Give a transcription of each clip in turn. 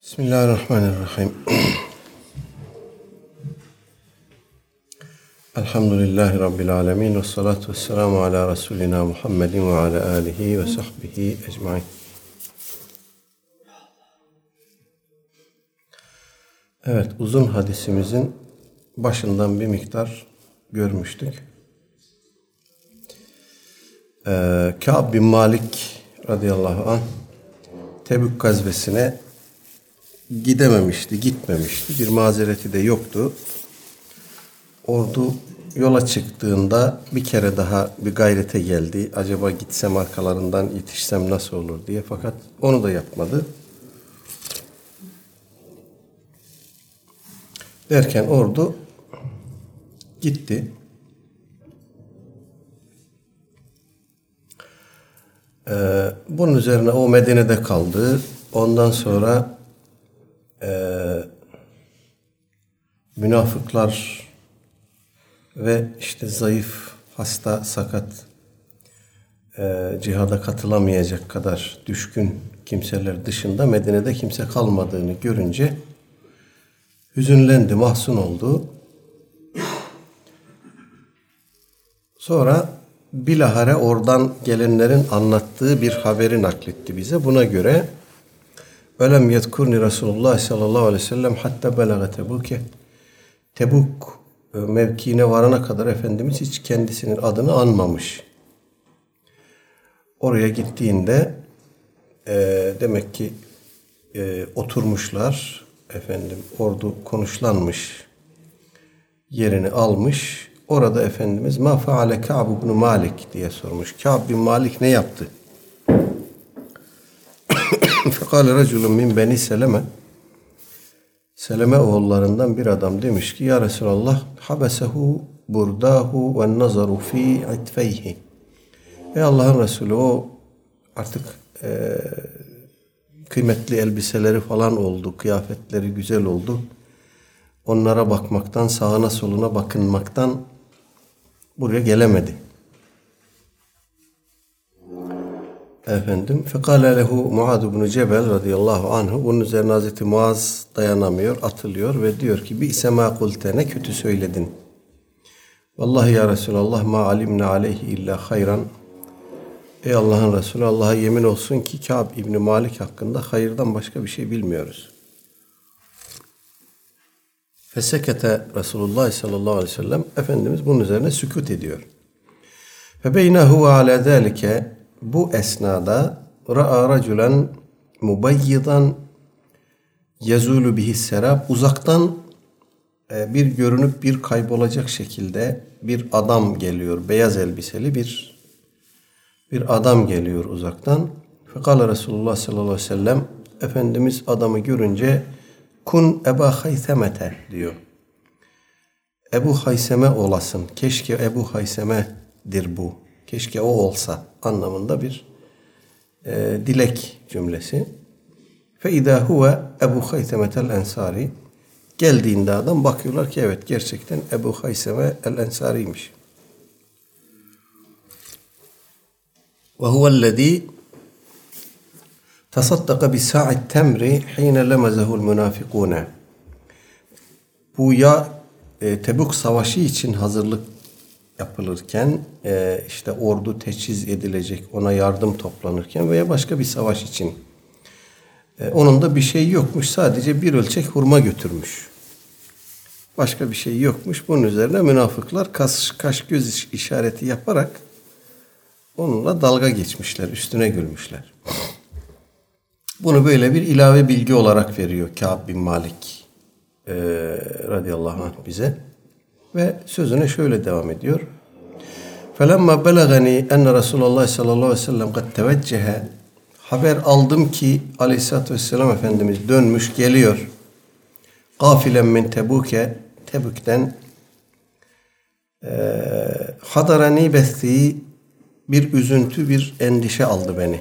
Bismillahirrahmanirrahim. Elhamdülillahi Rabbil alemin. Ve salatu vesselamu ala Resulina Muhammedin ve ala alihi ve sahbihi ecmain. Evet, uzun hadisimizin başından bir miktar görmüştük. Kâb bin Malik radıyallahu anh Tebük gazvesine gitmemişti. Bir mazereti de yoktu. Ordu yola çıktığında bir kere daha bir gayrete geldi. Acaba gitsem arkalarından yetişsem nasıl olur diye. Fakat onu da yapmadı. Derken ordu gitti. Bunun üzerine o Medine'de kaldı. Ondan sonra münafıklar ve işte zayıf, hasta, sakat, cihada katılamayacak kadar düşkün kimseler dışında Medine'de kimse kalmadığını görünce hüzünlendi, mahzun oldu. Sonra bilahare oradan gelenlerin anlattığı bir haberi nakletti bize. Buna göre "Velem yezkurni Resulullah sallallahu aleyhi ve sellem hatta belage Tebuk'e." Tebuk mevkiine varana kadar Efendimiz hiç kendisinin adını anmamış. Oraya gittiğinde demek ki oturmuşlar. Ordu konuşlanmış, yerini almış. Orada Efendimiz "Ma faale Ka'b ibn Malik" diye sormuş. Ka'b bin Malik ne yaptı? Fekale raculun min beni Seleme. Seleme oğullarından bir adam demiş ki "Ya Resulallah, habesehu burdahu ve nazaru fi itfeyhi." Ey Allah'ın Resulü, o artık kıymetli elbiseleri falan oldu, kıyafetleri güzel oldu. Onlara bakmaktan, sağına soluna bakınmaktan buraya gelemedi. Fekale lehu Muad ibn Cebel radıyallahu anhu. Bunun üzerine Hazreti Muaz dayanamıyor, atılıyor ve diyor ki "Bi'se ma kulte, ne kötü söyledin. Vallahi ya Resulallah ma alimne aleyhi illa hayran." Ey Allah'ın Resulü, Allah'a yemin olsun ki Kâb İbni Malik hakkında hayırdan başka bir şey bilmiyoruz. Fesekete Resulullah sallallahu aleyhi ve sellem, Efendimiz bunun üzerine sükût ediyor. Febeynehu ala zâlike, bu esnada ra'a raculen mubayyidan yazulu bihi serab, uzaktan bir görünüp bir kaybolacak şekilde bir adam geliyor. Beyaz elbiseli bir adam geliyor uzaktan. Fekale Resulullah sallallahu aleyhi ve sellem, Efendimiz adamı görünce "Kun Eba Haysemete" diyor. Ebu Hayseme olasın. Keşke Ebu Hayseme'dir bu. Keşke o olsa anlamında bir dilek cümlesi. فَاِذَا هُوَ Ebu Haysemete el-Ensari. Geldiğinde adam bakıyorlar ki evet, gerçekten Ebu Hayseme el-Ensari'ymiş. وَهُوَ الَّذ۪ي tasaddaka bi sa'id temri hine lemezehul münafikune. Bu ya Tebük Savaşı için hazırlık yapılırken, işte ordu teçhiz edilecek, ona yardım toplanırken veya başka bir savaş için. Onun da bir şey yokmuş, sadece bir ölçek hurma götürmüş. Başka bir şey yokmuş. Bunun üzerine münafıklar kaş göz işareti yaparak onunla dalga geçmişler, üstüne gülmüşler. Bunu böyle bir ilave bilgi olarak veriyor Kâb bin Malik radıyallahu anh bize. Ve sözüne şöyle devam ediyor. فَلَمَّا بَلَغَنِي اَنَّ رَسُولَ اللّٰهِ sallallahu aleyhi ve sellem قَدْ تَوَجَّهَ. Haber aldım ki aleyhissalatü vesselam Efendimiz dönmüş, geliyor. قَافِلًا مِنْ تَبُوكَ, Tebük'ten حَضَرَنِي بَثِّي, bir üzüntü, bir endişe aldı beni.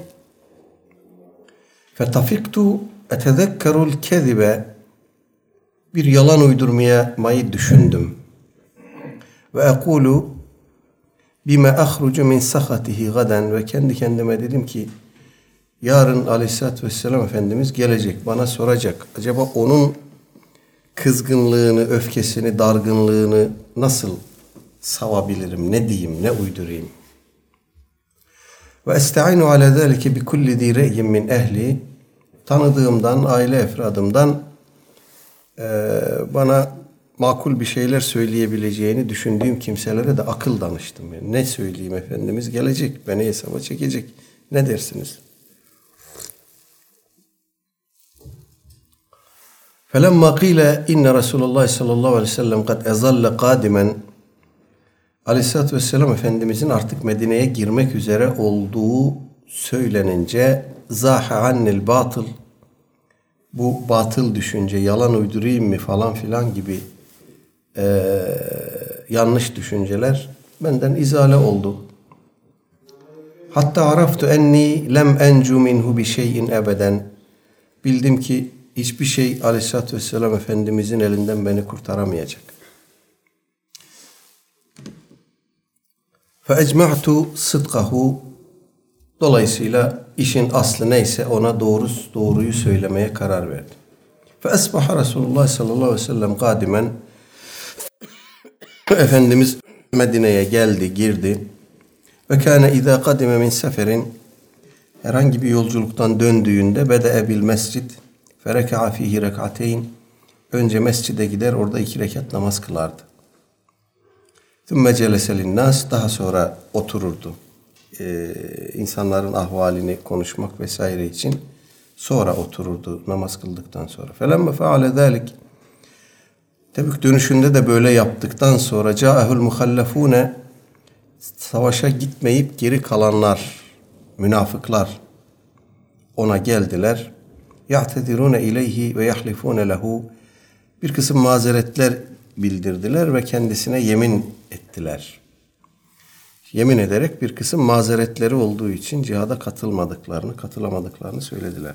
فَتَفِقْتُ اَتَذَكَّرُ الْكَذِبَ, bir yalan uydurmayı düşündüm. وَاَقُولُ بِمَا اَخْرُجُ مِنْ سَخَتِهِ غَدًا, ve kendi kendime dedim ki Yarın Aleyhisselatü Vesselam Efendimiz gelecek, bana soracak. Acaba onun kızgınlığını, öfkesini, dargınlığını nasıl savabilirim, ne diyeyim, ne uydurayım? Ve esta'inu ala zalike bi kulli zi re'yin min ehli, tanıdığımdan, aile efradımdan bana makul bir şeyler söyleyebileceğini düşündüğüm kimselere de akıl danıştım. Yani ne söyleyeyim, Efendimiz gelecek, beni hesaba çekecek. Ne dersiniz? فَلَمَّا قِيلَ اِنَّ رَسُولَ اللّٰهِ sallallahu aleyhi ve sellem قَدْ اَظَلَّ قَادِمًا, Aleyhisselatü Vesselam Efendimizin artık Medine'ye girmek üzere olduğu söylenince زَاحَ عَنِّ الْبَاطِلِ, bu batıl düşünce, yalan uydurayım mı falan filan gibi yanlış düşünceler benden izale oldu. Hatta araftu enni lem encu minhu bi şeyin ebeden, bildim ki hiçbir şey Aleyhisselatü Vesselam Efendimizin elinden beni kurtaramayacak. Fe ecma'tu sıdkahu, dolayısıyla işin aslı neyse ona doğruyu söylemeye karar verdim. Fe esbaha Resulullah sallallahu aleyhi ve sellem kadimen, Efendimiz Medine'ye geldi, girdi. Ve kâne izâ kadime min seferin, herhangi bir yolculuktan döndüğünde bede'e bil mescid fereka'a fihi rek'ateyn, önce mescide gider, orada 2 rekat namaz kılardı. Thumma celese linnâs, daha sonra otururdu. İnsanların ahvalini konuşmak vesaire için sonra otururdu namaz kıldıktan sonra. Felemme feale zâlik, Tebük dönüşünde de böyle yaptıktan sonra câehul muhallefûne, savaşa gitmeyip geri kalanlar, münafıklar ona geldiler. Ya'tedirûne ileyhi ve yahlifûne lehu, bir kısım mazeretler bildirdiler ve kendisine yemin ettiler. Yemin ederek bir kısım mazeretleri olduğu için cihada katılamadıklarını söylediler.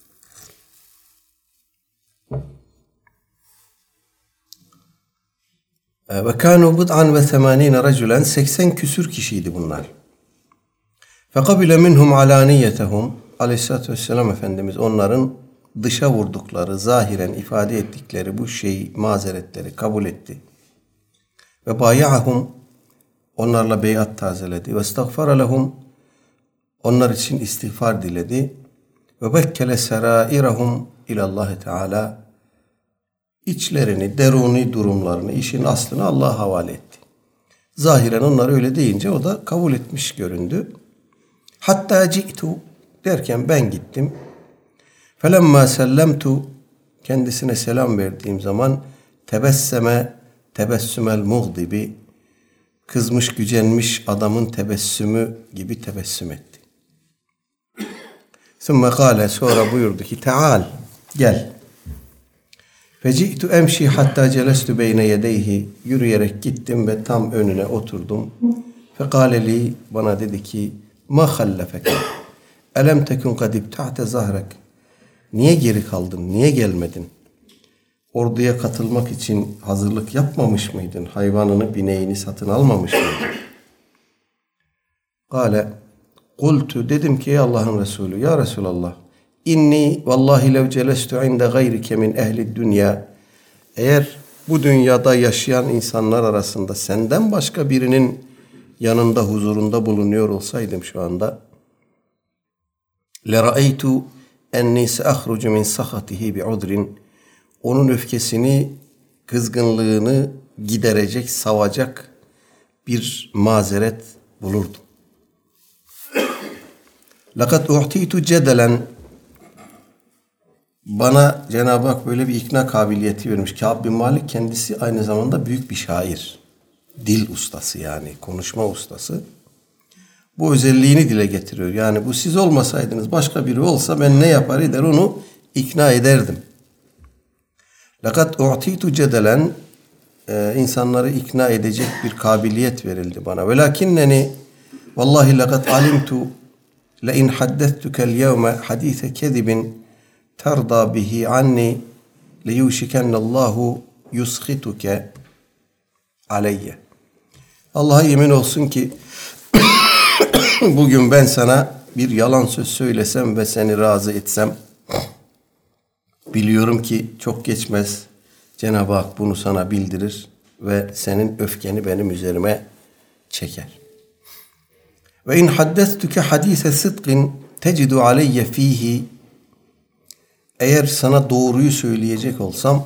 Ve kânû bid'an ve semânîne racülen, 80 küsür kişiydi bunlar. Fekabile minhum alâniyetehum, Aleyhisselatü Vesselam Efendimiz onların dışa vurdukları, zahiren ifade ettikleri bu şeyi, mazeretleri kabul etti. Ve bâya'ahum, onlarla beyat tazeledi. Ve estağfara lehum, onlar için istiğfar diledi. Ve bekkele serâirahum ilallâhi Teâlâ, İçlerini, deruni durumlarını, işin aslını Allah'a havale etti. Zahiren onlar öyle deyince o da kabul etmiş göründü. Hatta ci'tu, derken ben gittim. Felemma sellemtu, kendisine selam verdiğim zaman tebesseme tebessümel muğdibi, kızmış gücenmiş adamın tebessümü gibi tebessüm etti. Sümme kâle, sonra buyurdu ki Teal, gel. Feci'tu emşi hatta celestu beyne yedeyhi, yürüyerek gittim ve tam önüne oturdum. Fekâleli, bana dedi ki ma hallefeke elem tekun kad ibta'te zahrek, niye geri kaldın, niye gelmedin? Orduya katılmak için hazırlık yapmamış mıydın? Hayvanını, bineğini satın almamış mıydın? Kâle, kultu, dedim ki ey Allah'ın Resulü, ya Resulallah, İnni vallahi lev celestu inde gayrike min ehli dünya, eğer bu dünyada yaşayan insanlar arasında senden başka birinin yanında, huzurunda bulunuyor olsaydım şu anda, lera'eytu enni seahrucu min sahatihi bi'udrin, onun öfkesini, kızgınlığını giderecek, savacak bir mazeret bulurdum. Lakat u'titu cedelen, bana Cenab-ı Hak böyle bir ikna kabiliyeti vermiş. Kâb bin Malik kendisi aynı zamanda büyük bir şair. Dil ustası, yani konuşma ustası. Bu özelliğini dile getiriyor. Yani bu siz olmasaydınız başka biri olsa ben ne yapar eder onu ikna ederdim. Lakat u'titu cedelen, insanları ikna edecek bir kabiliyet verildi bana. Velakinneni vallahi lakat alimtu le in haddettukel yevme hadise kezibin terda bihi anni leyuşikennallahu yuskhituke aleyye. Allah'a yemin olsun ki bugün ben sana bir yalan söz söylesem ve seni razı etsem, biliyorum ki çok geçmez Cenab-ı Hak bunu sana bildirir ve senin öfkeni benim üzerime çeker. Ve in haddestuke hadise sıdkın tecidu aleyye fihi, eğer sana doğruyu söyleyecek olsam,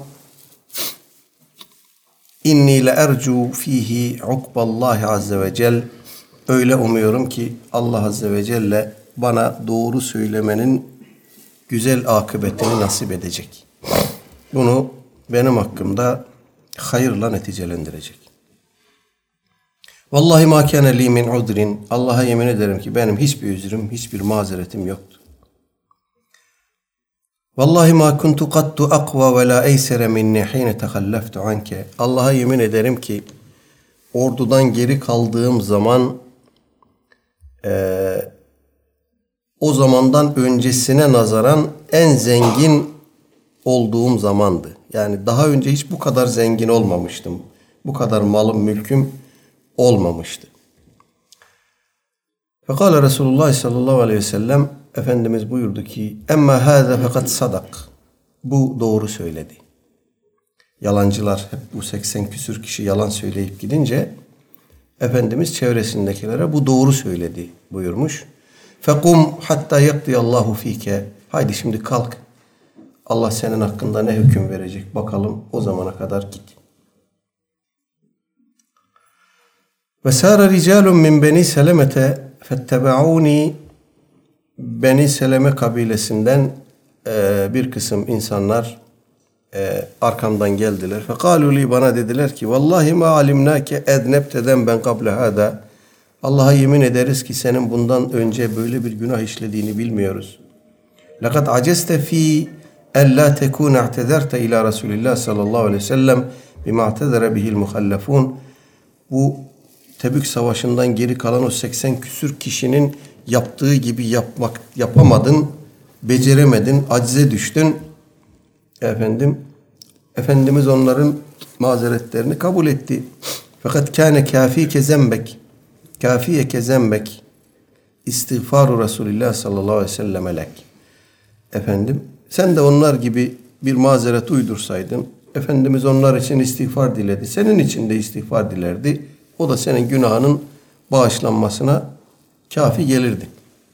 inni le ercu fihi ukballahi azze ve cel, öyle umuyorum ki Allah azze ve celle bana doğru söylemenin güzel akıbetini nasip edecek. Bunu benim hakkımda hayırla neticelendirecek. Vallahi ma kâne li min udrin, Allah'a yemin ederim ki benim hiçbir üzrüm, hiçbir mazeretim yoktu. Vallahi ma kuntu qattu aqwa ve la eysere minni hine tehalleftu anke. Allah'a yemin ederim ki ordudan geri kaldığım zaman o zamandan öncesine nazaran en zengin olduğum zamandı. Yani daha önce hiç bu kadar zengin olmamıştım. Bu kadar malım, mülküm olmamıştı. Fekale Resulullah sallallahu aleyhi ve sellem, Efendimiz buyurdu ki, emma hâze fakat sadak. Bu doğru söyledi. Yalancılar, hep bu 80 küsür kişi yalan söyleyip gidince, Efendimiz çevresindekilere bu doğru söyledi buyurmuş. Fekum hatta yaktiyallahu fike. Haydi şimdi kalk. Allah senin hakkında ne hüküm verecek bakalım, o zamana kadar git. Ve sâre ricâlun min beni selemete fettebe'ûni. Beni Seleme kabilesinden bir kısım insanlar arkamdan geldiler. Fekâlû li, bana dediler ki, vallahi ma alimnâke ednebteden ben kable hâdâ. Allah'a yemin ederiz ki senin bundan önce böyle bir günah işlediğini bilmiyoruz. Lekad aceste fî ellâ tekûne i'tezerte ilâ Resulillah sallallahu aleyhi ve sellem bimâ i'tezere bihil muhallefûn. Bu Tebük Savaşı'ndan geri kalan o 80 küsür kişinin yaptığı gibi yapamadın, beceremedin, acize düştün. Efendimiz onların mazeretlerini kabul etti. Fakat kâne kâfîke zembek, kâfiyeke zembek, istiğfaru Resulillah sallallahu aleyhi ve sellem lek. Sen de onlar gibi bir mazeret uydursaydın, Efendimiz onlar için istiğfar diledi. Senin için de istiğfar dilerdi. O da senin günahının bağışlanmasına kafi gelirdi.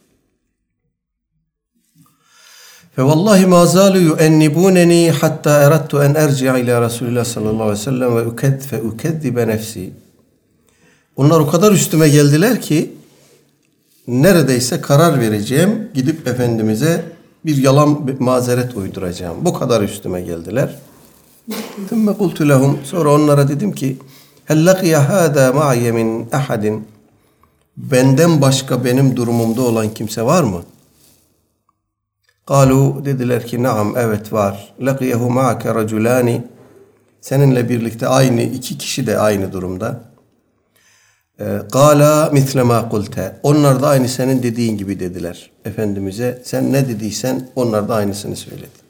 Ve vallahi ma zalu yu'ennibuneni hatta eradtu en erci'a ila Resulillah sallallahu aleyhi ve sellem ve ukezzibe nefsi. Onlar o kadar üstüme geldiler ki neredeyse karar vereceğim, gidip Efendimiz'e bir yalan bir mazeret uyduracağım. Bu kadar üstüme geldiler. Thumma qultu lehum, sonra onlara dedim ki, hel laqiya hâdâ ma'ye min ahadin. Benden başka benim durumumda olan kimse var mı? Kalu, dediler ki, naam, evet var. Laqiyehu ma'ake raculani. Seninle birlikte aynı iki kişi de aynı durumda. Kâlâ misle mâ kulte. Onlar da aynı senin dediğin gibi dediler Efendimiz'e. Sen ne dediysen onlar da aynısını söyledi.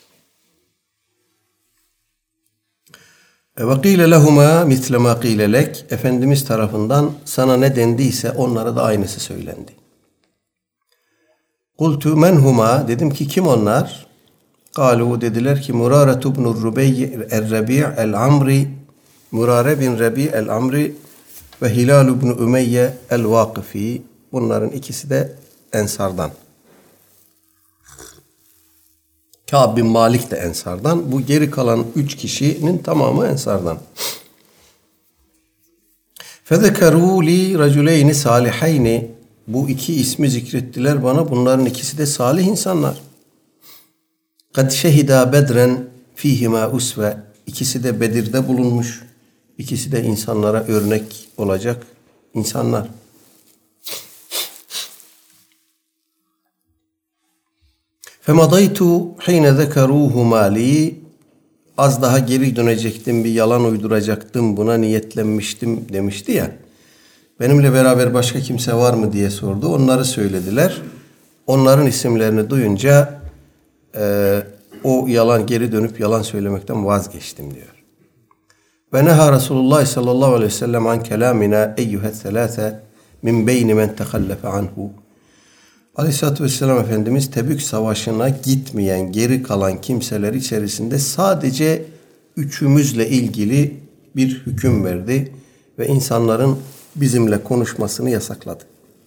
Ve qîle lehumâ misle mâ qîle lek. Efendimiz tarafından sana ne dendiyse onlara da aynısı söylendi. Kultu men huma, dedim ki kim onlar? Kalu, dediler ki Murare ibn Rabi' el-Amri, Murare bin Rabi' el-Amri ve Hilal ibn Ümeyye el-Vakifi. Bunların ikisi de Ensardan. Kâb bin Malik de Ensardan. Bu geri kalan 3 kişinin tamamı Ensardan. Fezekerû li raculeyni salihayni. Bu iki ismi zikrettiler bana. Bunların ikisi de salih insanlar. Kad şehida bedren fihima usve. İkisi de Bedir'de bulunmuş. İkisi de insanlara örnek olacak insanlar. Femadaytu hine zekeruhuma li. Az daha geri dönecektim, bir yalan uyduracaktım, buna niyetlenmiştim demişti ya. Benimle beraber başka kimse var mı diye sordu. Onları söylediler. Onların isimlerini duyunca o geri dönüp yalan söylemekten vazgeçtim diyor. Ve neha Resulullah sallallahu aleyhi ve sellem an kelamina eyyühet selâse min beyni men tehallefe anhu. Aleyhisselatü Vesselam Efendimiz Tebük Savaşı'na gitmeyen geri kalan kimseler içerisinde sadece üçümüzle ilgili bir hüküm verdi ve insanların bizimle konuşmasını yasakladı.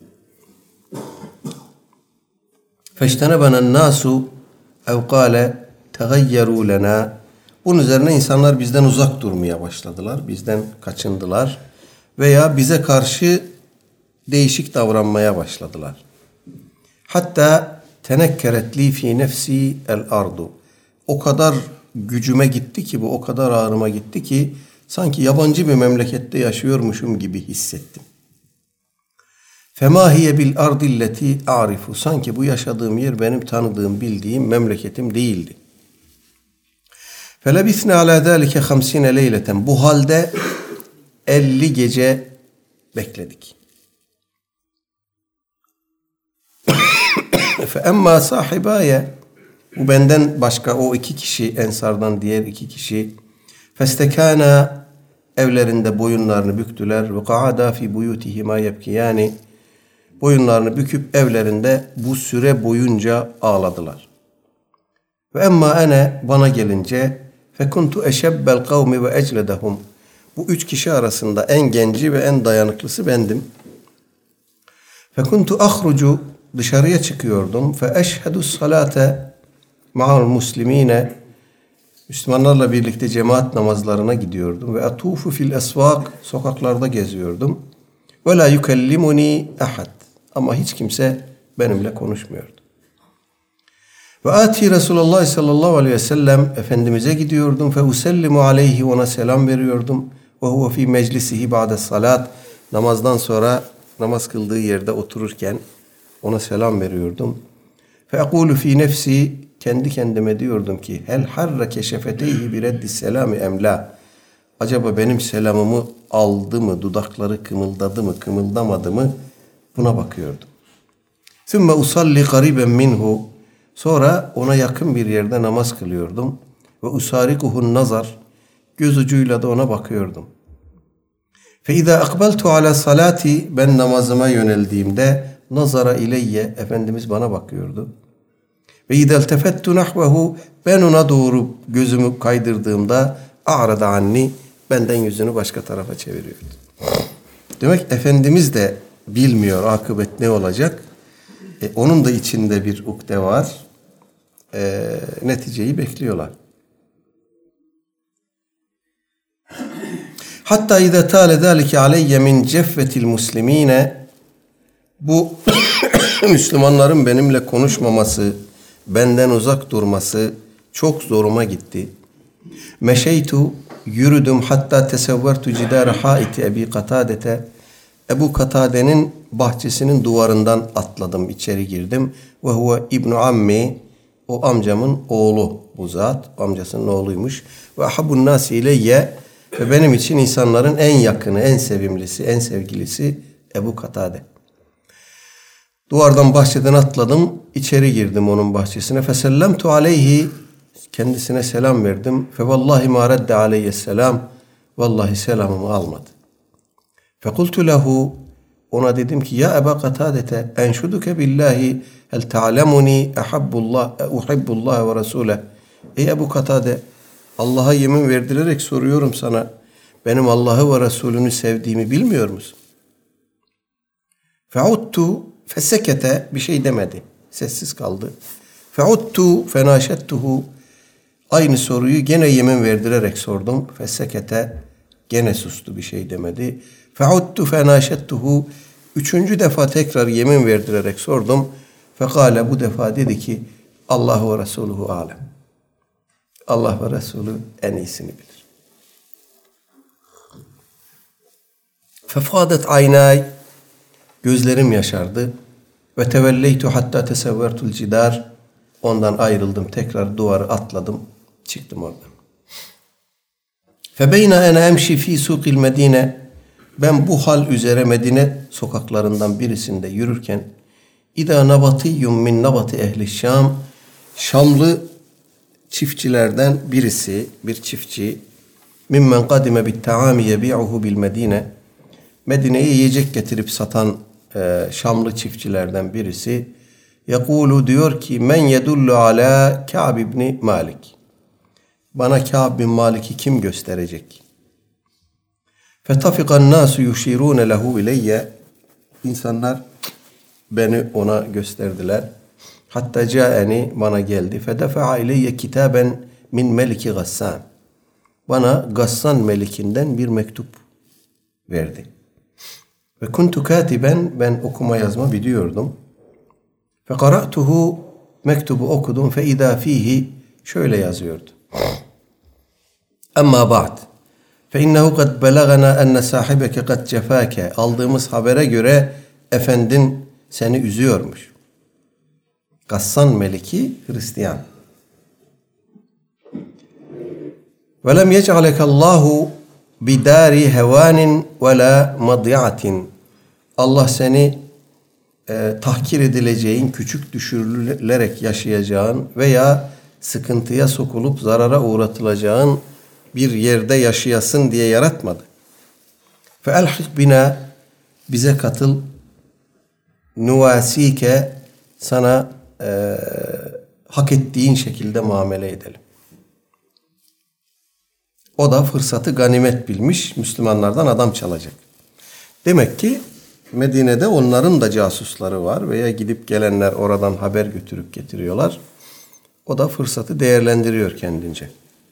فَاجْتَنَبَنَا النَّاسُ اَوْ قَالَ تَغَيَّرُوا لَنَا. Bunun üzerine insanlar bizden uzak durmaya başladılar. Bizden kaçındılar. Veya bize karşı değişik davranmaya başladılar. Hatta tenekkeret li fi nefsi el ardu. O kadar gücüme gitti ki bu, o kadar ağrıma gitti ki sanki yabancı bir memlekette yaşıyormuşum gibi hissettim. Fema hiye bil ardilleti a'rifu. Sanki bu yaşadığım yer benim tanıdığım, bildiğim memleketim değildi. Felebisne ala zalike 50 leyleten. Bu halde 50 gece bekledik. Fe emma sahibaye, bu benden başka o iki kişi, Ensardan diğer iki kişi, festekâna, evlerinde boyunlarını büktüler ve ka'ada fi buyutihima yebkiyani, boyunlarını büküp evlerinde bu süre boyunca ağladılar. Ve emma ene, bana gelince, fekuntu eşebbel kavmi ve ecledehum, bu üç kişi arasında en genci ve en dayanıklısı bendim. Fekuntu ahrucu, dışarıya çıkıyordum. Fe eşhedü salate ma'al muslimine, Müslümanlarla birlikte cemaat namazlarına gidiyordum. Ve atufu fil esvak, sokaklarda geziyordum. Ve la yukellimuni ahad, ama hiç kimse benimle konuşmuyordu. Ve ati Resulullah sallallahu aleyhi ve sellem, Efendimiz'e gidiyordum. Fe usellimu aleyhi, ona selam veriyordum. Ve huve fi meclisihi ba'de salat, namazdan sonra namaz kıldığı yerde otururken ona selam veriyordum. Fe ekulu fi nefsi, kendi kendime diyordum ki hel harrake şefeteyhi bi reddi selami emla. Acaba benim selamımı aldı mı, dudakları kımıldadı mı, kımıldamadı mı? Buna bakıyordum. Sümme usalli gariben minhu, sonra ona yakın bir yerde namaz kılıyordum. Ve usarikuhun nazar, göz ucuyla da ona bakıyordum. Fe izâ akbaltu ala salati, ben namazıma yöneldiğimde nazara ileyye, Efendimiz bana bakıyordu. Ve izâ iltefettu nahvehu, ben ona doğru gözümü kaydırdığımda a'rada anni, benden yüzünü başka tarafa çeviriyordu. Demek Efendimiz de bilmiyor akıbet ne olacak. Onun da içinde bir ukde var. Neticeyi bekliyorlar. Hatta izâ tâle zâlike aleyye min ceffetil muslimîne, bu Müslümanların benimle konuşmaması, benden uzak durması çok zoruma gitti. Meşeytu, yürüdüm, hatta tesevvertu cidâre haiti Ebi Katâdete, Ebu Katade'nin bahçesinin duvarından atladım, içeri girdim. Ve huve ibnu ammi, o amcamın oğlu bu zat, amcasının oğluymuş. Ve ahabbun nâsi ileyye, ve benim için insanların en yakını, en sevimlisi, en sevgilisi Ebu Katade. Duvardan, bahçeden atladım, içeri girdim onun bahçesine. Fesellemtu aleyhi, kendisine selam verdim. Fe vallahi ma redde aleyhisselam, vallahi selamımı almadı. Fekultu lehu, ona dedim ki ya Ebu Katadete, enşuduke billahi hel ta'lemuni uhibbullah ve rasuleh. Ey Ebu Katade, Allah'a yemin verdirerek soruyorum sana, benim Allah'ı ve Resulünü sevdiğimi bilmiyor musun? Fe'udtu, fesekete, bir şey demedi. Sessiz kaldı. Fe'udtu, fenaşettuhu, aynı soruyu gene yemin verdirerek sordum. Fesekete, gene sustu, bir şey demedi. Fe'udtu, fenaşettuhu, üçüncü defa tekrar yemin verdirerek sordum. Fekale, bu defa dedi ki Allah ve Resuluhu alem. Allah ve Resulü en iyisini bilir. Fefadet aynay, gözlerim yaşardı. Ve tevelleytu hatta tesevvertul cidar, ondan ayrıldım, tekrar duvarı atladım, çıktım oradan. Febeyna ene emşi fi suqil Medine, ben bu hal üzere Medine sokaklarından birisinde yürürken İda nabatiyyum min nabati ehli Şam, Şamlı çiftçilerden birisi, bir çiftçi, mimmen kadime bit taami yebi'uhu bil Medine, Medine'ye yiyecek getirip satan Şamlı çiftçilerden birisi, Yekulu diyor ki men yedullu ala Ka'b ibn Malik. Bana Ka'b bin Malik'i kim gösterecek? Fetafikan nasu yuşirune lehu ileyye. İnsanlar beni ona gösterdiler. Hatta caeni bana geldi. Fedefa'a ileyye kitaben min meliki Gassan. Bana Gassan melikinden bir mektup verdi. Ve kuntu katiben, ben okuma yazma biliyordum. Fe qara'tuhu, mektubu okudum. Fe idâ fihi, şöyle yazıyordu. Amma ba'd. Fe innehu kad belagana enne sahibeke kad cefâke. Aldığımız habere göre efendin seni üzüyormuş. Gassan meliki Hristiyan. Ve lem yec'alekallahu bidari hevanin ve la madyatin. Allah seni tahkir edileceğin, küçük düşürülerek yaşayacağın veya sıkıntıya sokulup zarara uğratılacağın bir yerde yaşayasın diye yaratmadı. Fe elhik bina, bize katıl, nuvasike, sana hak ettiğin şekilde muamele edelim. O da fırsatı ganimet bilmiş, Müslümanlardan adam çalacak. Demek ki Medine'de onların da casusları var veya gidip gelenler oradan haber götürüp getiriyorlar. O da fırsatı değerlendiriyor kendince.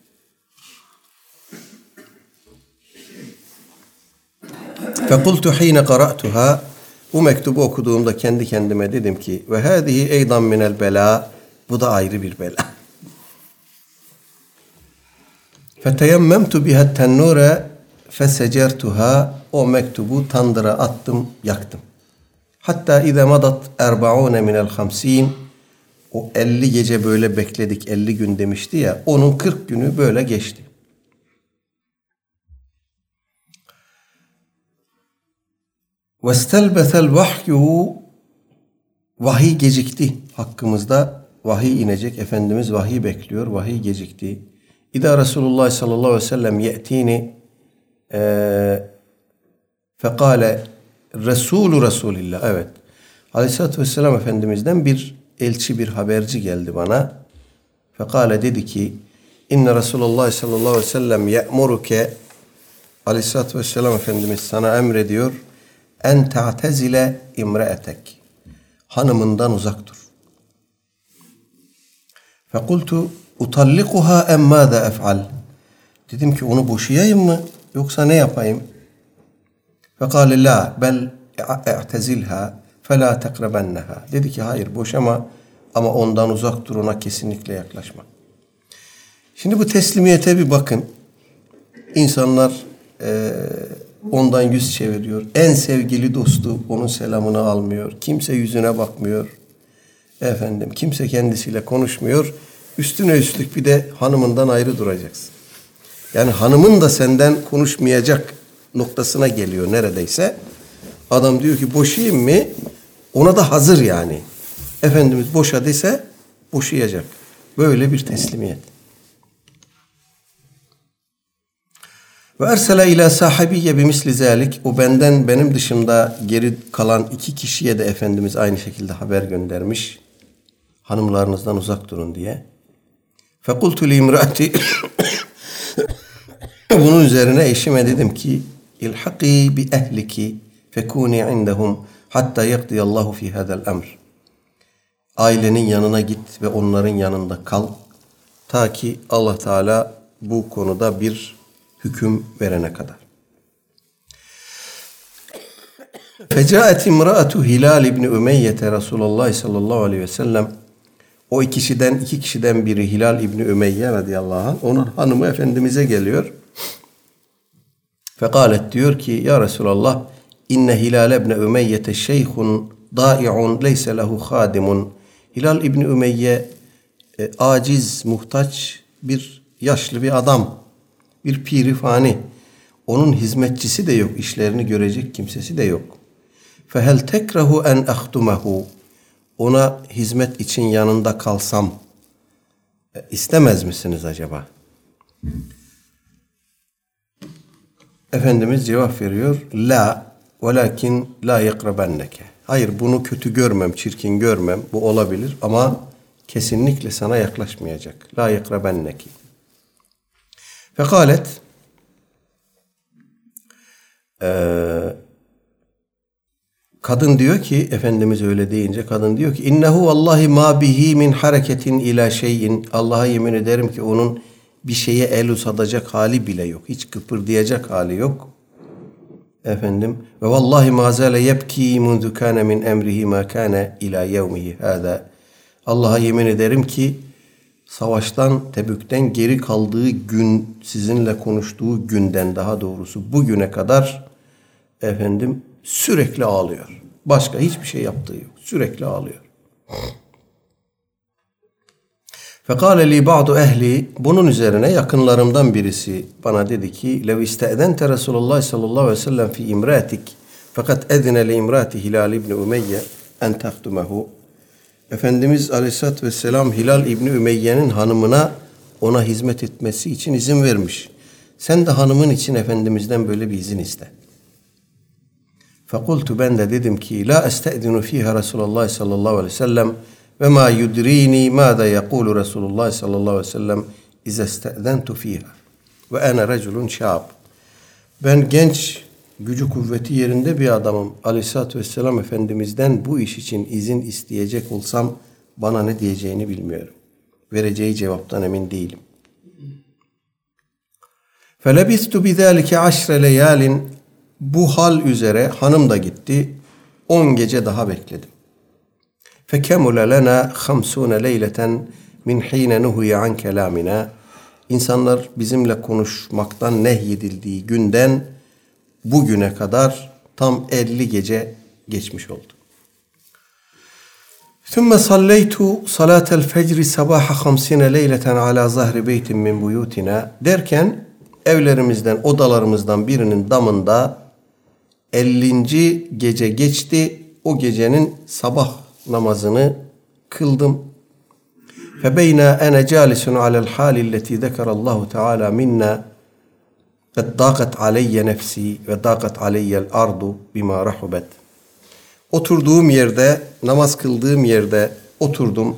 فَقُلْتُ حِينَ قَرَأْتُهَا. Bu mektubu okuduğumda kendi kendime dedim ki ve hâzihi eydan minel belâ. Bu da ayrı bir bela. فَتَيَمَّمْتُ بِهَا التَّنُّورَ فَسَجَرْتُهَا. O mektubu tandıra attım, yaktım. Hatta اِذَا مَضَتْ 40 minel 50. O 50 gece böyle bekledik, 50 gün demişti ya, onun 40 günü böyle geçti. وَاسْتَلْبَثَ الْوَحْيُ. Vahiy gecikti hakkımızda. Vahiy inecek. Efendimiz vahiy bekliyor. Vahiy gecikti. İda Resulullah sallallahu aleyhi ve sellem ye'tini fekale Resulü Resulillah. Evet. Aleyhisselatü vesselam Efendimiz'den bir elçi, bir haberci geldi bana. Fekale, dedi ki inne Resulullah sallallahu aleyhi ve sellem ye'muruke. Aleyhisselatü vesselam Efendimiz sana emrediyor. En ta'tezile imre'etek. Hanımından uzak dur. Fekultu utallikuha em mâze ef'al. Dedim ki onu boşayayım mı yoksa ne yapayım? Fekâle la bel i'tezilha felâ tekrebenneha. Dedi ki hayır, boşama ama ondan uzak dur, ona kesinlikle yaklaşma. Şimdi bu teslimiyete bir bakın. İnsanlar ondan yüz çeviriyor. En sevgili dostu onun selamını almıyor. Kimse yüzüne bakmıyor. Efendim, kimse kendisiyle konuşmuyor. Üstüne üstlük bir de hanımından ayrı duracaksın. Yani hanımın da senden konuşmayacak noktasına geliyor neredeyse. Adam diyor ki boşayayım mı? Ona da hazır yani. Efendimiz boşa dese boşayacak. Böyle bir teslimiyet. Ve ersele ila sahibiyye bimisli zalik. O benden, benim dışımda geri kalan 2 kişiye de Efendimiz aynı şekilde haber göndermiş. Hanımlarınızdan uzak durun diye. Fekultu li imraati. Bunun üzerine eşime dedim ki ilhaqi bi ehliki fekuni indahum hatta yaqdiyallahu fi hada'l emr. Ailenin yanına git ve onların yanında kal. Ta ki Allah Teala bu konuda bir hüküm verene kadar. Fecaet imraatu Hilal ibn Ümeyye Resulullah sallallahu aleyhi ve sellem. O iki kişiden biri Hilal ibn Ümeyye radıyallahu anh, onun hanımı Efendimiz'e geliyor. Fekalet, diyor ki ya Resulallah inne Hilal ibn Ümeyye şeyhun dâ'i'un leyse lehu hâdimun. Hilal ibn Ümeyye aciz, muhtaç bir yaşlı bir adam. Bir pirifani. Onun hizmetçisi de yok. İşlerini görecek kimsesi de yok. Fehel tekrehu en ahdumehu. Ona hizmet için yanında kalsam istemez misiniz acaba? Efendimiz cevap veriyor. La velakin la yakrabenneke. Hayır, bunu kötü görmem, çirkin görmem. Bu olabilir ama kesinlikle sana yaklaşmayacak. La yekrabenneki. Fekalet kadın diyor ki, Efendimiz öyle deyince kadın diyor ki innehu vallahi ma bihi min hareketin ila şeyin. Allah'a yemin ederim ki onun bir şeye el uzatacak hali bile yok. Hiç kıpırdayacak hali yok. Efendim ve vallahi ma zale yebki munzu kana min emrihi ma kana ila yevmihi hada. Allah'a yemin ederim ki savaştan, Tebük'ten geri kaldığı gün, sizinle konuştuğu günden, daha doğrusu bugüne kadar efendim sürekli ağlıyor. Başka hiçbir şey yaptığı yok. Sürekli ağlıyor. Fekale li ba'du ehli, bunun üzerine yakınlarımdan birisi bana dedi ki lev iste'dente Resulullah sallallahu aleyhi ve sellem fi imratik fakat edine li imrati Hilal ibn Ümeyye en tahtumehu. Efendimiz aleyhissalatü vesselam Hilal İbni Ümeyye'nin hanımına ona hizmet etmesi için izin vermiş. Sen de hanımın için Efendimiz'den böyle bir izin iste. Fekultu, ben de dedim ki la estedinu fiha Resulullah sallallahu aleyhi ve sellem ve ma yudrini ma da yekulu Resulullah sallallahu aleyhi ve sellem ize estedentu fiha ve ana reculun şab. Ben genç, gücü kuvveti yerinde bir adamım. Aleyhissalatü vesselam Efendimiz'den bu iş için izin isteyecek olsam bana ne diyeceğini bilmiyorum. Vereceği cevaptan emin değilim. Felebistu bidâlike aşre leyalin. Bu hal üzere hanım da gitti. 10 gece daha bekledim. Fekemule lena 50 leyleten min hine nuhiye an kelamina. İnsanlar bizimle konuşmaktan nehyedildiği günden bugüne kadar tam 50 gece geçmiş oldu. ثُمَّ صَلَّيْتُ صَلَاةَ الْفَجْرِ سَبَاحَ 50 leyleten ala zahri beytin min buyutina derken evlerimizden, odalarımızdan birinin damında 50. gece geçti. O gecenin sabah namazını kıldım. فَبَيْنَا أَنَا جَالِسٌ عَلَى الْحَالِ الَّتِي ذَكَرَ اللّٰهُ تَعَالَى مِنَّا قَدْ ضَاقَتْ عَلَيَّ نَفْسِي وَضَاقَتْ عَلَيَّ الْأَرْضُ بِمَا رَحُبَتْ. Oturduğum yerde, namaz kıldığım yerde oturdum.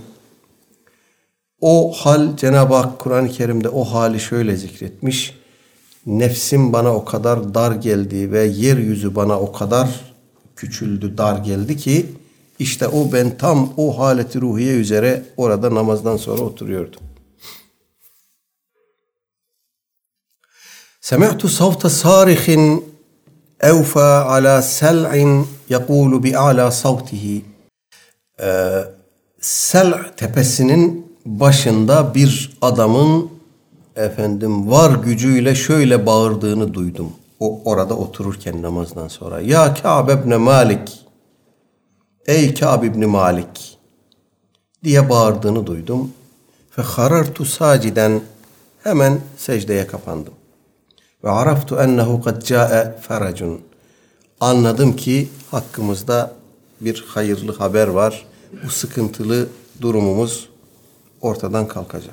O hal, Cenab-ı Hak Kur'an-ı Kerim'de o hali şöyle zikretmiş. Nefsim bana o kadar dar geldi ve yeryüzü bana o kadar küçüldü, dar geldi ki işte ben tam o haleti ruhiye üzere orada namazdan sonra oturuyordum. Semi'tu savta sarihin evfa ala sel'in yekulu bi a'la savtihi. Sel tepesinin başında bir adamın var gücüyle şöyle bağırdığını duydum. O orada otururken namazdan sonra. Ya Ka'b ibn Malik, ey Ka'b ibn Malik diye bağırdığını duydum. Fe harartu saciden, hemen secdeye kapandım. Ve araftu ennehu kad ca'e feracun. Anladım ki hakkımızda bir hayırlı haber var. Bu sıkıntılı durumumuz ortadan kalkacak.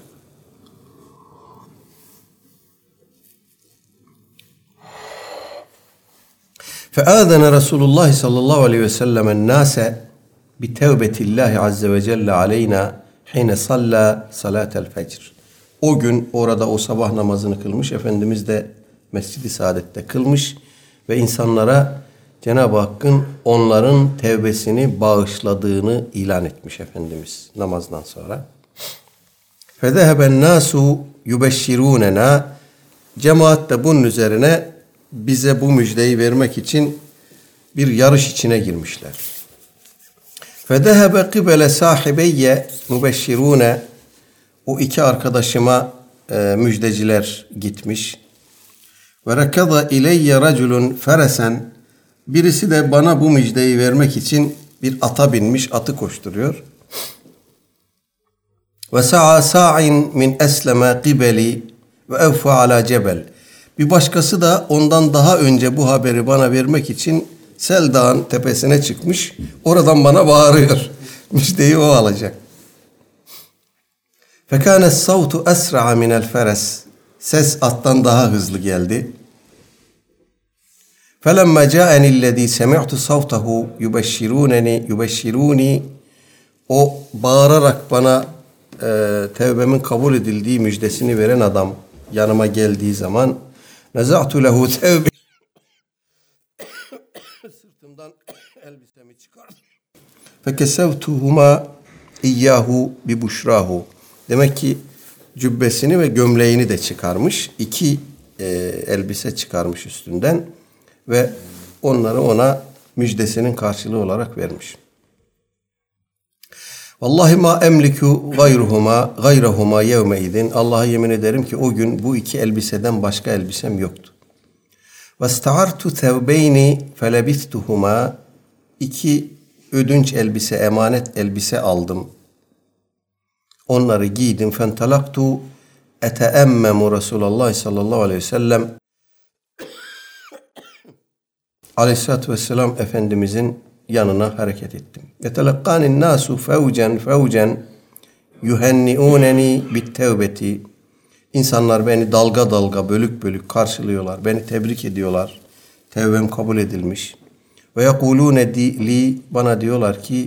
فآذن رسول الله صلى الله عليه وسلم الناس بتوبة الله عز وجل علينا حين صلى صلاة الفجر. O gün orada o sabah namazını kılmış. Efendimiz de Mescid-i Saadet'te kılmış ve insanlara Cenab-ı Hakk'ın onların tevbesini bağışladığını ilan etmiş Efendimiz namazdan sonra. فَذَهَبَ النَّاسُ يُبَشِّرُونَنَا. Cemaat de bunun üzerine bize bu müjdeyi vermek için bir yarış içine girmişler. فَذَهَبَ قِبَلَ سَاحِبَيَّ مُبَشِّرُونَ. O iki arkadaşıma müjdeciler gitmiş. وَرَكَضَ اِلَيَّ رَجُلٌ فَرَسًا. Birisi de bana bu müjdeyi vermek için bir ata binmiş, atı koşturuyor. وَسَعَى سَاعٍ مِنْ أَسْلَمَ قِبَلِي وَاَوْفَ عَلَى جَبَلٍ. Bir başkası da ondan daha önce bu haberi bana vermek için Sel Dağı'nın tepesine çıkmış. Oradan bana bağırıyor. Müjdeyi o alacak. فَكَانَ الصَّوْتُ أَسْرَعَ مِنَ الْفَرَسِ. Ses attan daha hızlı geldi. فَلَمَّا جَاءَنِ الَّذ۪ي سَمِعْتُ صَوْتَهُ يُبَشِّرُونِ O bağırarak bana tevbemin kabul edildiği müjdesini veren adam yanıma geldiği zaman نَزَعْتُ لَهُ tevbe sırtımdan elbisemi çıkardım. فَكَسَوْتُهُمَا اِيَّاهُ بِبُشْرَاهُ Demek ki cübbesini ve gömleğini de çıkarmış. İki elbise çıkarmış üstünden ve onları ona müjdesinin karşılığı olarak vermiş. Vallahi ma emliku gayrahuma yevme idin. Allah'a yemin ederim ki o gün bu iki elbiseden başka elbisem yoktu. Vesta'artu tevbeyni felebistuhuma. İki ödünç elbise, emanet elbise aldım. Onları giydim. Fentalaktu eteemmemu Resulullah sallallahu aleyhi ve sellem. Aleyhisselatü vesselam Efendimizin yanına hareket ettim. Yetelekkânin nâsu fevcen yuhenniûneni bittevbeti. İnsanlar beni dalga dalga, bölük bölük karşılıyorlar. Beni tebrik ediyorlar. Tevbem kabul edilmiş. Ve yekulûne li, bana diyorlar ki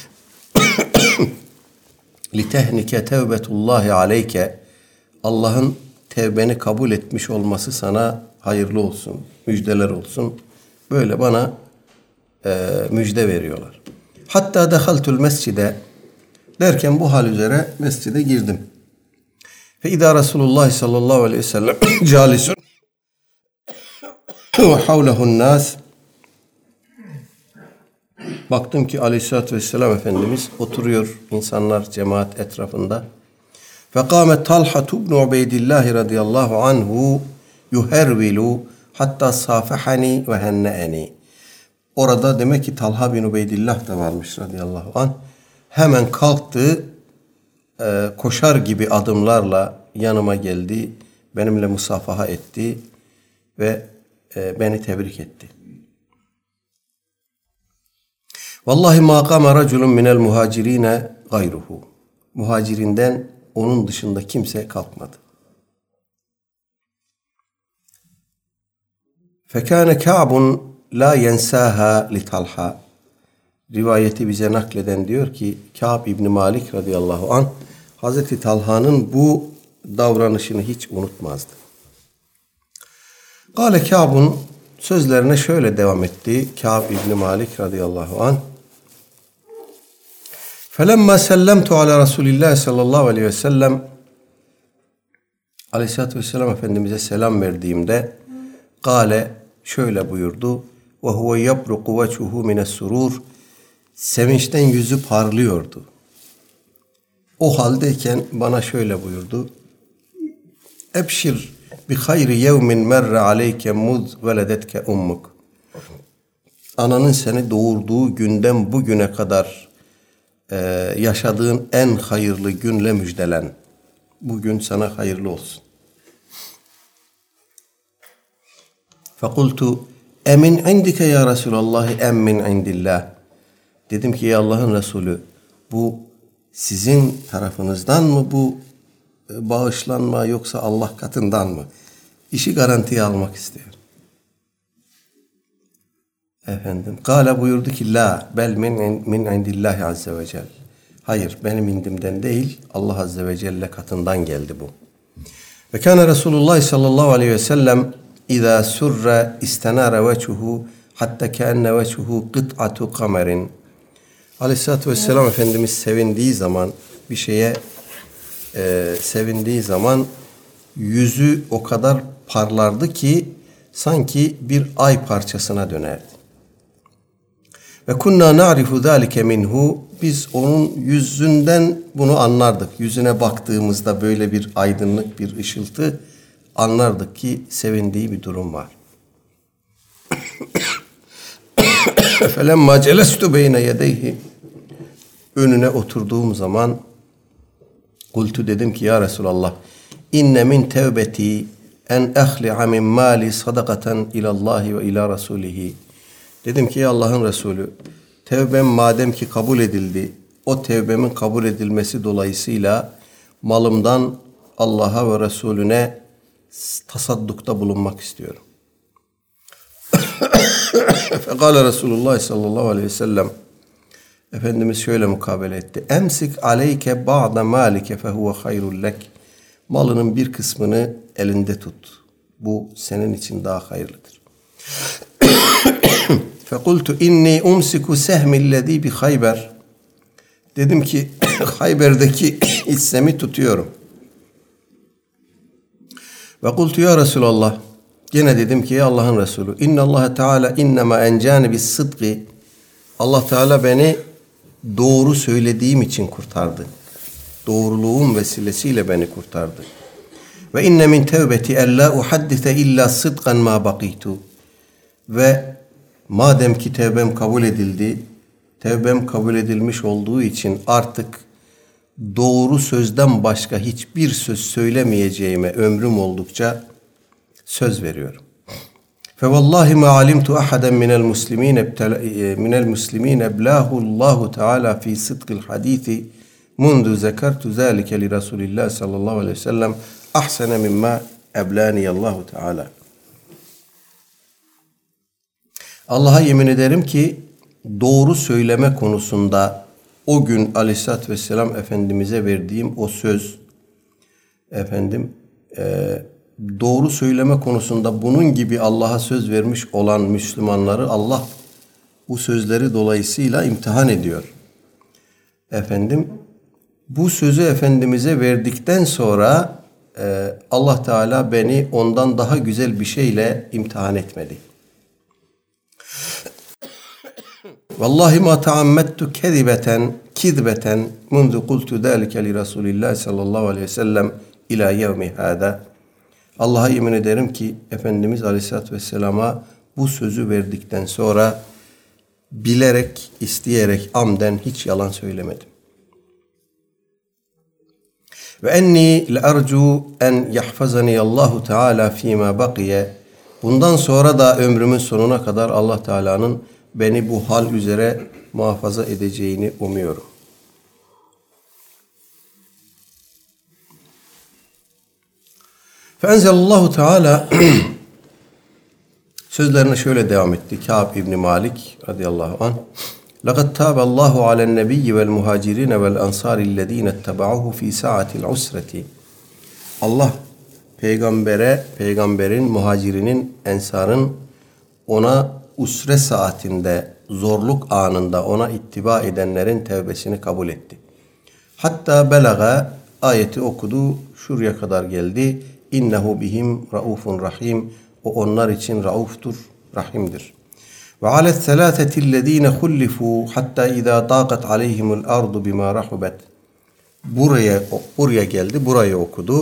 litehnike tevbetullahi aleyke, Allah'ın tevbeni kabul etmiş olması sana hayırlı olsun, müjdeler olsun. Böyle bana müjde veriyorlar. Hatta dehaltul mescide, derken bu hal üzere mescide girdim. Fe idâ Resulullah sallallahu aleyhi ve sellem calisun ve havlehun nas. Baktım ki aleyhissalatü vesselam Efendimiz oturuyor, insanlar cemaat etrafında. Fekâmet Talha ibn Ubeydillah radıyallahu anhu yuhervilu hatta safahani ve henneeni. Orada demek ki Talha bin Ubeydillah da varmış radıyallahu anh. Hemen kalktı, koşar gibi adımlarla yanıma geldi, benimle musafaha etti ve beni tebrik etti. Vallahi ma qama raculun minel muhacirine gayruhu. Muhacirinden onun dışında kimse kalkmadı. Fekâne Ka'bun la yensaha li Talha. Rivayeti bize nakleden diyor ki Ka'b İbni Malik radıyallahu anh Hazreti Talha'nın bu davranışını hiç unutmazdı. Kâle Ka'bun, sözlerine şöyle devam etti Ka'b İbni Malik radıyallahu anh. Felemma sellemtu ala Resulillah sallallahu aleyhi ve sellem, aleyhissalatü vesselam Efendimiz'e selam verdiğimde kâle, şöyle buyurdu. Ve huve yabruku veçhuhu mines surur. Sevinçten yüzü parlıyordu. O haldeyken bana şöyle buyurdu. Ebşir bi hayri yevmin merre aleyke muz veledetke ummuk. Ananın seni doğurduğu günden bugüne kadar yaşadığın en hayırlı günle müjdelen. Bugün sana hayırlı olsun. Fekultu emin indike ya Resulallah emmin indillah. Dedim ki ya Allah'ın Resulü, bu sizin tarafınızdan mı bu bağışlanma yoksa Allah katından mı? İşi garantiye almak istiyor. Efendim, kâle buyurdu ki la bel min indillahi azze ve celle. Hayır, benim indimden değil, Allah azze ve celle katından geldi bu. Ve kâne Resulullah sallallahu aleyhi ve sellem İzâ surre istenâre veçhuhu hatta kâenne veçhuhu kıt'atu kamerin. Aleyhisselatü vesselam Efendimiz sevindiği zaman, bir şeye sevindiği zaman yüzü o kadar parlardı ki sanki bir ay parçasına dönerdi. Ve kunna na'rifu zâlike minhu. Biz onun yüzünden bunu anlardık. Yüzüne baktığımızda böyle bir aydınlık, bir ışıltı anlardık ki sevindiği bir durum var. Felemma celestu beyne yedeyhi. Önüne oturduğum zaman kultu, dedim ki ya Resulallah, inne min tevbeti en ehli'a min mali sadakaten ilallahi ve ila rasulihi. Dedim ki ya Allah'ın Resulü, tevbem madem ki kabul edildi, o tevbemin kabul edilmesi dolayısıyla malımdan Allah'a ve Resulüne tasaddukta bulunmak istiyorum. Fekale Resulullah sallallahu aleyhi ve sellem, Efendimiz şöyle mukabele etti. Emsik aleyke ba'da malike fehuve hayrul lek. Malının bir kısmını elinde tut. Bu senin için daha hayırlıdır. Fekultu inni umsiku sehmillezî bi Hayber. Dedim ki Hayber'deki hissemi tutuyorum. Ve kultu ya Resulallah. Gene dedim ki ya Allah'ın Resulü. İnnallâhe Teala innema encâni bis sıdkı. Allah Teala beni doğru söylediğim için kurtardı. Doğruluğum vesilesiyle beni kurtardı. Ve inne min tevbeti ellâ uhaddise illa sıdkan ma bakitu. Ve madem ki tevbem kabul edildi, tevbem kabul edilmiş olduğu için artık doğru sözden başka hiçbir söz söylemeyeceğime ömrüm oldukça söz veriyorum. Fe vallahi ma alimtu ahaden minel muslimin eblahu Allahu Teala fi sıdkil hadisi mundu zekertu zalike li Resulillah sallallahu aleyhi ve sellem ahsene mimma eblani Allahu Teala. Allah'a yemin ederim ki doğru söyleme konusunda o gün Aleyhisselatü Vesselam Efendimiz'e verdiğim o söz, doğru söyleme konusunda bunun gibi Allah'a söz vermiş olan Müslümanları Allah bu sözleri dolayısıyla imtihan ediyor. Bu sözü Efendimiz'e verdikten sonra Allah Teala beni ondan daha güzel bir şeyle imtihan etmedi. Vallahi ma taammettu kizbeten mundu kultu zalike li Resulillah sallallahu aleyhi ve sellem ila yevmi hâdâ. Allah'a yemin ederim ki Efendimiz Aleyhisselatü Vesselam'a bu sözü verdikten sonra bilerek, isteyerek, amden hiç yalan söylemedim. Ve enni le'arcu en yahfazani Allahu Teala fîmâ bakiye. Bundan sonra da ömrümün sonuna kadar Allah Teala'nın beni bu hal üzere muhafaza edeceğini umuyorum. Feenzelallahu Teala sözlerine şöyle devam etti. Kâb İbni Malik radıyallahu anh. لَقَدْ تَابَ اللّٰهُ عَلَى النَّبِيِّ وَالْمُهَاجِرِينَ وَالْاَنْصَارِ الَّذ۪ينَ اتَّبَعُوهُ ف۪ي سَاعَةِ الْعُسْرَةِ. Allah peygamberin, muhacirinin, ensarın ona usre saatinde, zorluk anında ona ittiba edenlerin tevbesini kabul etti. Hatta belaga ayeti okudu, şuraya kadar geldi. İnnehu bihim raufun rahim. O onlar için rauftur, rahimdir. Ve alet selâsetillezîne hullifu hatta izâ dâqat aleyhimul ardu bimâ rahubet. Buraya geldi, burayı okudu.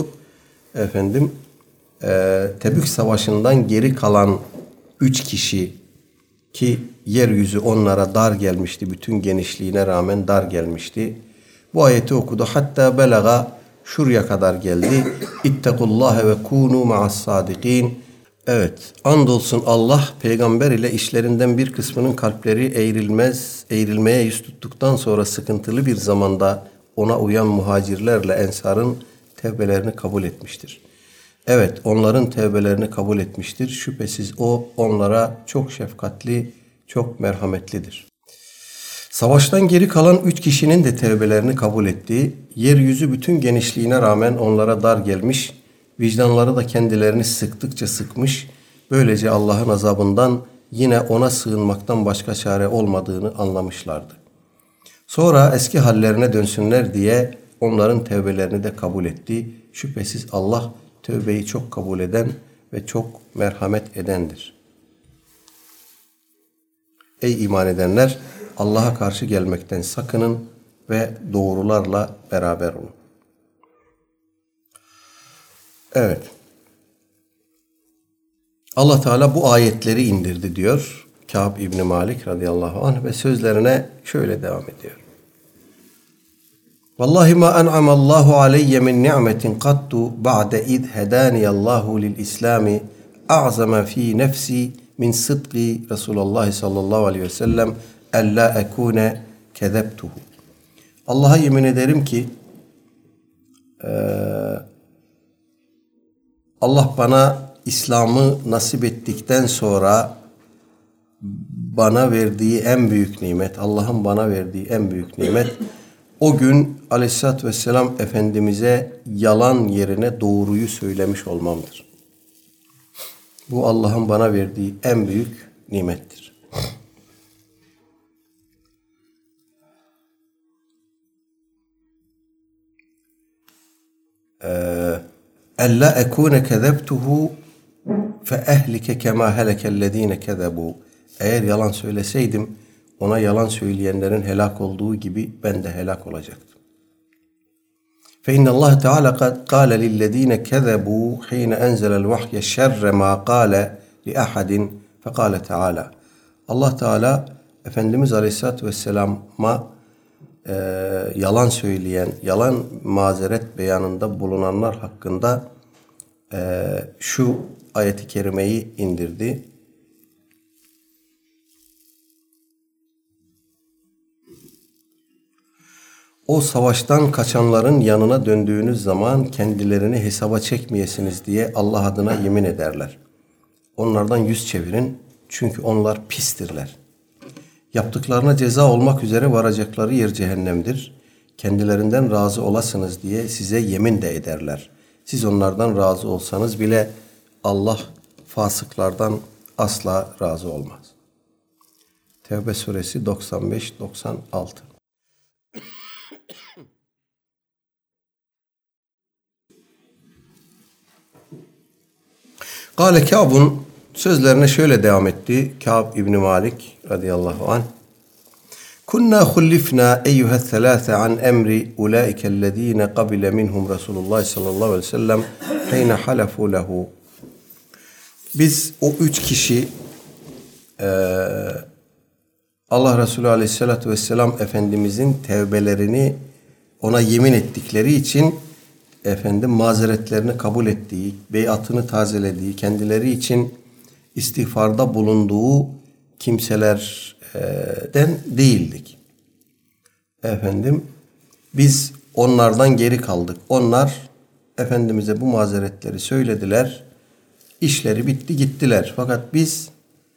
Tebük Savaşı'ndan geri kalan 3 kişi ki yeryüzü onlara dar gelmişti, bütün genişliğine rağmen dar gelmişti. Bu ayeti okudu. Hatta belaga şuraya kadar geldi. İttekullâhe ve kûnû ma'as-sâdikîn. Evet, andolsun Allah peygamber ile işlerinden bir kısmının kalpleri eğrilmeye yüz tuttuktan sonra sıkıntılı bir zamanda ona uyan muhacirlerle ensarın tevbelerini kabul etmiştir. Evet, onların tevbelerini kabul etmiştir. Şüphesiz o onlara çok şefkatli, çok merhametlidir. Savaştan geri kalan 3 kişinin de tevbelerini kabul etti. Yeryüzü bütün genişliğine rağmen onlara dar gelmiş, vicdanları da kendilerini sıktıkça sıkmış, böylece Allah'ın azabından yine ona sığınmaktan başka çare olmadığını anlamışlardı. Sonra eski hallerine dönsünler diye onların tevbelerini de kabul etti. Şüphesiz Allah tövbeyi çok kabul eden ve çok merhamet edendir. Ey iman edenler! Allah'a karşı gelmekten sakının ve doğrularla beraber olun. Evet. Allah Teala bu ayetleri indirdi diyor Kâb İbni Malik radıyallahu anh ve sözlerine şöyle devam ediyor. Vallahi ma en'ama Allahu aleyye min ni'metin qattu ba'de id hedani Allahu lil İslami a'zama fi nefsi min sıdqi Resulullah sallallahu aleyhi ve sellem ella ekune kezebtuhu. Allah'a yemin ederim ki Allah bana İslam'ı nasip ettikten sonra bana verdiği en büyük nimet, Allah'ın bana verdiği en büyük nimet, o gün Aleyhisselatü Vesselam Efendimiz'e yalan yerine doğruyu söylemiş olmamdır. Bu Allah'ın bana verdiği en büyük nimettir. Ella ekune kezebtuhu fe ehlike kema helekellezine kezebu. Eğer yalan söyleseydim ona yalan söyleyenlerin helak olduğu gibi ben de helak olacaktım. Fe innallaha Teala kad kâle lillezine kezebu hîne enzelel vahye şerre mâ kâle li ahadin fe kâle Teala. Allah Teala Efendimiz Aleyhisselatü Vesselam'a yalan söyleyen, yalan mazeret beyanında bulunanlar hakkında şu ayeti kerimeyi indirdi. O savaştan kaçanların yanına döndüğünüz zaman kendilerini hesaba çekmeyesiniz diye Allah adına yemin ederler. Onlardan yüz çevirin çünkü onlar pistirler. Yaptıklarına ceza olmak üzere varacakları yer cehennemdir. Kendilerinden razı olasınız diye size yemin de ederler. Siz onlardan razı olsanız bile Allah fasıklardan asla razı olmaz. Tevbe suresi 95-96. Kâle Kâb'un sözlerine şöyle devam etti. Kâb İbni Malik radıyallahu anh. Kunna hullifna eyyuhet thelâthe an emri ulaikellezîne qabile minhum Resulullah sallallahu aleyhi ve sellem heyne halefu lehu. Biz o üç kişi Allah Resulü aleyhissalatü vesselam Efendimizin tevbelerini ona yemin ettikleri için mazeretlerini kabul ettiği, beyatını tazelediği, kendileri için istiğfarda bulunduğu kimselerden değildik. Biz onlardan geri kaldık. Onlar Efendimiz'e bu mazeretleri söylediler. İşleri bitti gittiler. Fakat biz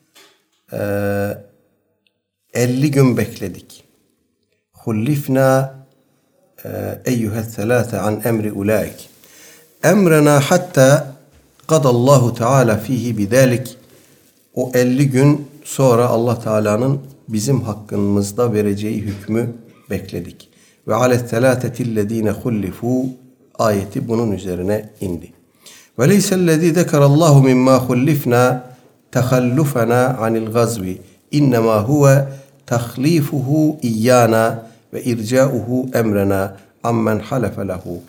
50 gün bekledik. Hullifna eyyuhet thelâthe an emri ulaik. Emrena hatta kadallahu teala fihi bidalik. O 50 gün sonra Allah Teala'nın bizim hakkımızda vereceği hükmü bekledik. Ve alet thelâtetillezîne hullifû ayeti bunun üzerine indi. Ve leysellezî zekerallahu mimma hullifna tehallufena anil gazvi. İnnemâ huve tahlifuhu iyyana ve irca'uhu emrena ammen halefe lehu.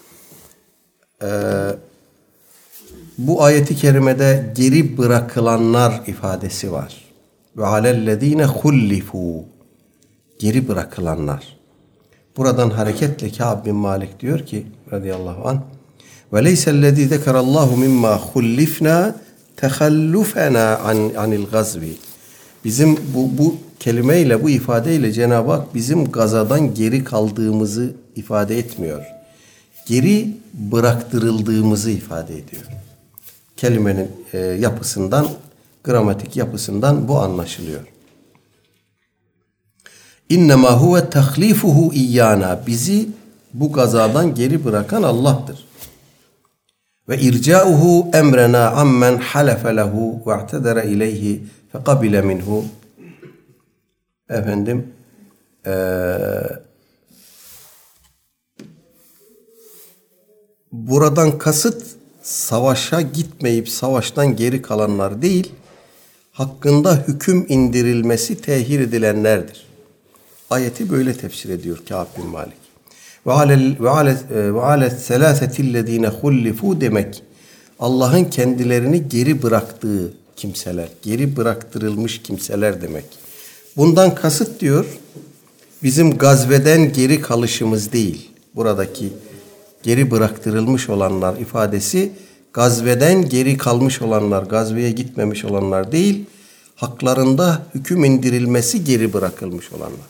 Bu ayeti kerimede geri bırakılanlar ifadesi var. Ve alellezine hullifu. Geri bırakılanlar. Buradan hareketle Kâb bin Malik diyor ki radıyallahu anh ve leysellezî zekerallahu mimma hullifna tehallufena anil gazvi. Bizim bu kelimeyle, bu ifadeyle Cenab-ı Hak bizim gazadan geri kaldığımızı ifade etmiyor. Geri bıraktırıldığımızı ifade ediyor. Kelimenin yapısından, gramatik yapısından bu anlaşılıyor. İnnemâ huve tahlifuhu iyyâna. Bizi bu gazadan geri bırakan Allah'tır. Ve irca'uhu emrena ammen halefe lehu ve i'tedere ileyhi fekabile minhu. Buradan kasıt savaşa gitmeyip savaştan geri kalanlar değil, hakkında hüküm indirilmesi tehir edilenlerdir. Ayeti böyle tefsir ediyor Kâb bin Malik. Ve alet selâsetillezîne hullifû demek, Allah'ın kendilerini geri bıraktığı kimseler, geri bıraktırılmış kimseler demek. Bundan kasıt diyor, bizim gazveden geri kalışımız değil. Buradaki geri bıraktırılmış olanlar ifadesi, gazveden geri kalmış olanlar, gazveye gitmemiş olanlar değil, haklarında hüküm indirilmesi geri bırakılmış olanlar.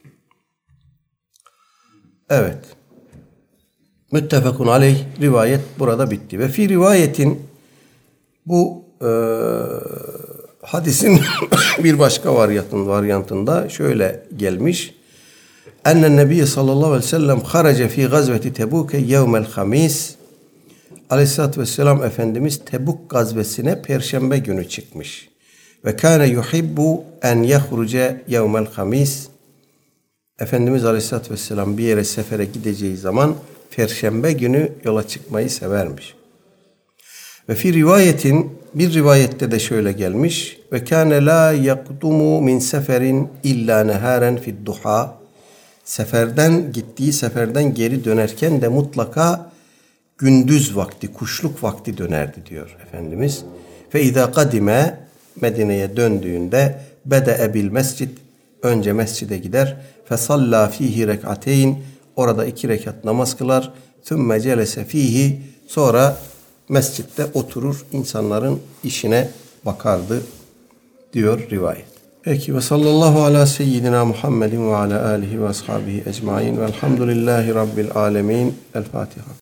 Evet. Müttefekun aleyh rivayet burada bitti. Ve fi rivayetin bu hadisin bir başka varyantında şöyle gelmiş. Ennen Nebiye sallallahu aleyhi ve sellem harace fi gazveti Tebuke yevmel hamis. Aleyhisselatü vesselam Efendimiz Tebuk gazvesine Perşembe günü çıkmış. Ve kâne yuhibbu en yehruce yevmel hamis. Efendimiz Aleyhisselatü vesselam bir yere sefere gideceği zaman Perşembe günü yola çıkmayı severmiş. Ve fi rivayetin, bir rivayette de şöyle gelmiş. Ve kâne lâ yakdumu min seferin illa nehâren fid duha. Gittiği seferden geri dönerken de mutlaka gündüz vakti, kuşluk vakti dönerdi diyor Efendimiz. Fe izâ kadime, Medine'ye döndüğünde bede'e bil mescid, önce mescide gider. Fe sallâ fîhî rek'ateyn, orada 2 rekat namaz kılar. Thümme celese fîhî, sonra mescitte oturur, insanların işine bakardı diyor rivayet. Peki ve sallallahu ala seyyidina Muhammedin ve ala alihi ve ashabihi ecmaîn velhamdülillahi rabbil âlemin. El Fatiha.